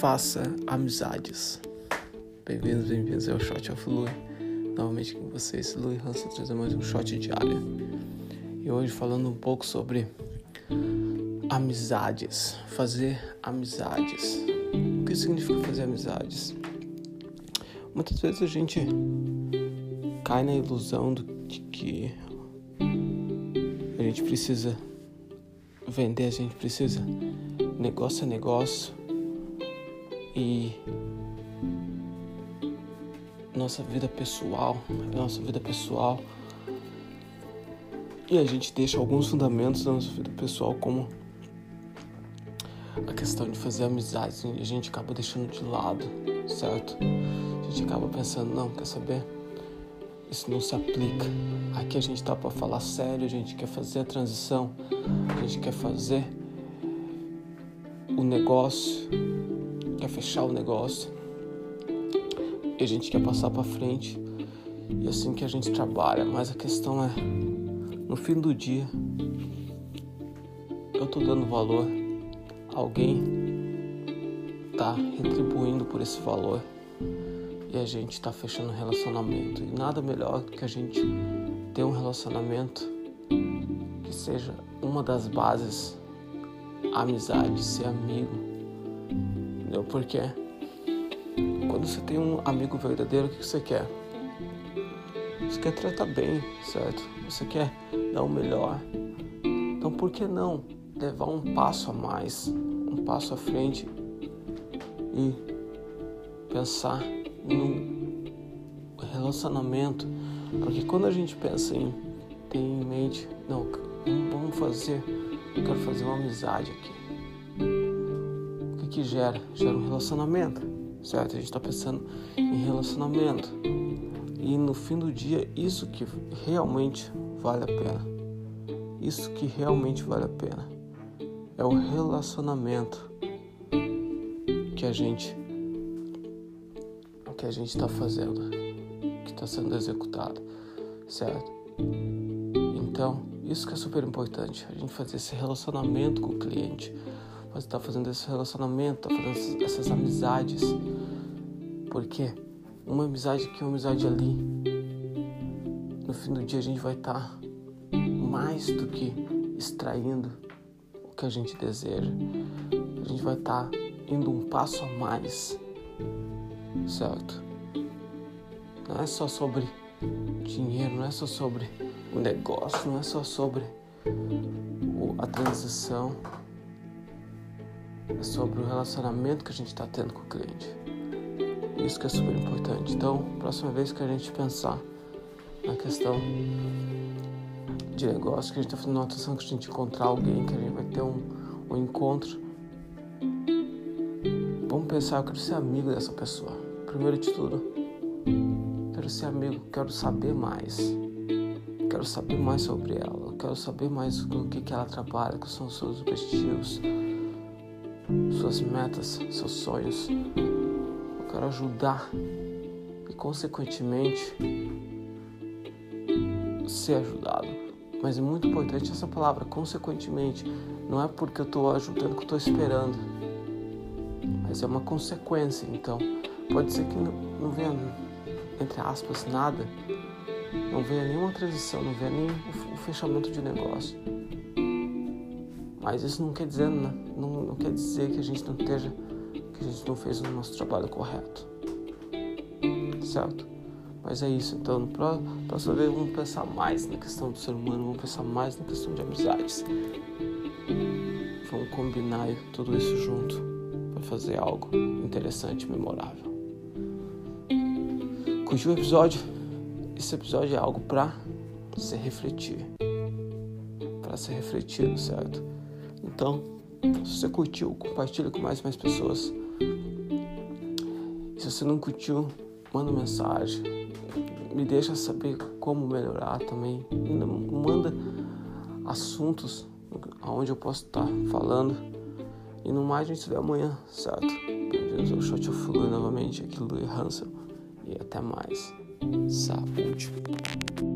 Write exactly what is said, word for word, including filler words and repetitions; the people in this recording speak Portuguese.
Faça amizades. Bem-vindos, bem-vindos ao Shot of Louis. Novamente com vocês, Louis Hansen, trazendo mais um shot diário. E hoje falando um pouco sobre amizades. Fazer amizades. O que significa fazer amizades? Muitas vezes a gente cai na ilusão de que a gente precisa vender, a gente precisa negócio é negócio e nossa vida pessoal, nossa vida pessoal e a gente deixa alguns fundamentos da nossa vida pessoal, como a questão de fazer amizades, a gente acaba deixando de lado, certo? A gente acaba pensando, não, quer saber? Isso não se aplica. Aqui a gente tá para falar sério, a gente quer fazer a transição, a gente quer fazer o negócio, quer fechar o negócio e a gente quer passar para frente, e assim que a gente trabalha. Mas a questão é, no fim do dia, eu tô dando valor, alguém tá retribuindo por esse valor e a gente tá fechando um relacionamento. E nada melhor que a gente ter um relacionamento que seja uma das bases, a amizade, ser amigo. Entendeu? Porque quando você tem um amigo verdadeiro, o que você quer? Você quer tratar bem, certo? Você quer dar o melhor. Então por que não levar um passo a mais, um passo à frente e pensar no relacionamento? Porque quando a gente pensa em ter em mente, não, vamos fazer, eu quero fazer uma amizade aqui. O que que gera? Gera um relacionamento, certo? A gente está pensando em relacionamento. E no fim do dia, isso que realmente vale a pena. Isso que realmente vale a pena. É o relacionamento que a gente que a gente está fazendo, que está sendo executado, certo? Então, isso que é super importante, a gente fazer esse relacionamento com o cliente, mas tá fazendo esse relacionamento, tá fazendo essas, essas amizades, porque uma amizade aqui, uma amizade ali, no fim do dia a gente vai estar tá mais do que extraindo o que a gente deseja, a gente vai estar tá indo um passo a mais, certo? Não é só sobre dinheiro, não é só sobre o negócio, não é só sobre a transição, é sobre o relacionamento que a gente está tendo com o cliente. Isso que é super importante. Então, próxima vez que a gente pensar na questão de negócio, que a gente está fazendo uma atenção, que a gente encontrar alguém, que a gente vai ter um, um encontro, vamos pensar, eu quero ser amigo dessa pessoa. Primeiro de tudo, quero ser amigo, quero saber mais. Quero saber mais sobre ela, quero saber mais com o que, que ela trabalha, quais são os seus objetivos, suas metas, seus sonhos. Eu quero ajudar e, consequentemente, ser ajudado. Mas é muito importante essa palavra, consequentemente. Não é porque eu estou ajudando que eu estou esperando, mas é uma consequência. Então, pode ser que não, não venha, entre aspas, nada, não venha nenhuma transição, não venha nem o fechamento de negócio. Mas isso não quer dizer, não, não, não quer dizer que a gente não esteja, que a gente não fez o nosso trabalho correto, certo? Mas é isso. Então, no próximo vez vamos pensar mais na questão do ser humano, vamos pensar mais na questão de amizades. Vamos combinar tudo isso junto para fazer algo interessante e memorável. Curtiu o episódio? Esse episódio é algo para se refletir, para ser refletido, certo? Então, se você curtiu, compartilha com mais e mais pessoas. Se você não curtiu, manda mensagem, me deixa saber como melhorar também, manda assuntos onde eu posso estar falando. E no mais, a gente se vê amanhã, certo? Bem-vindos ao Shot of Louis novamente, aqui Louis Hansen, e até mais. Saúde.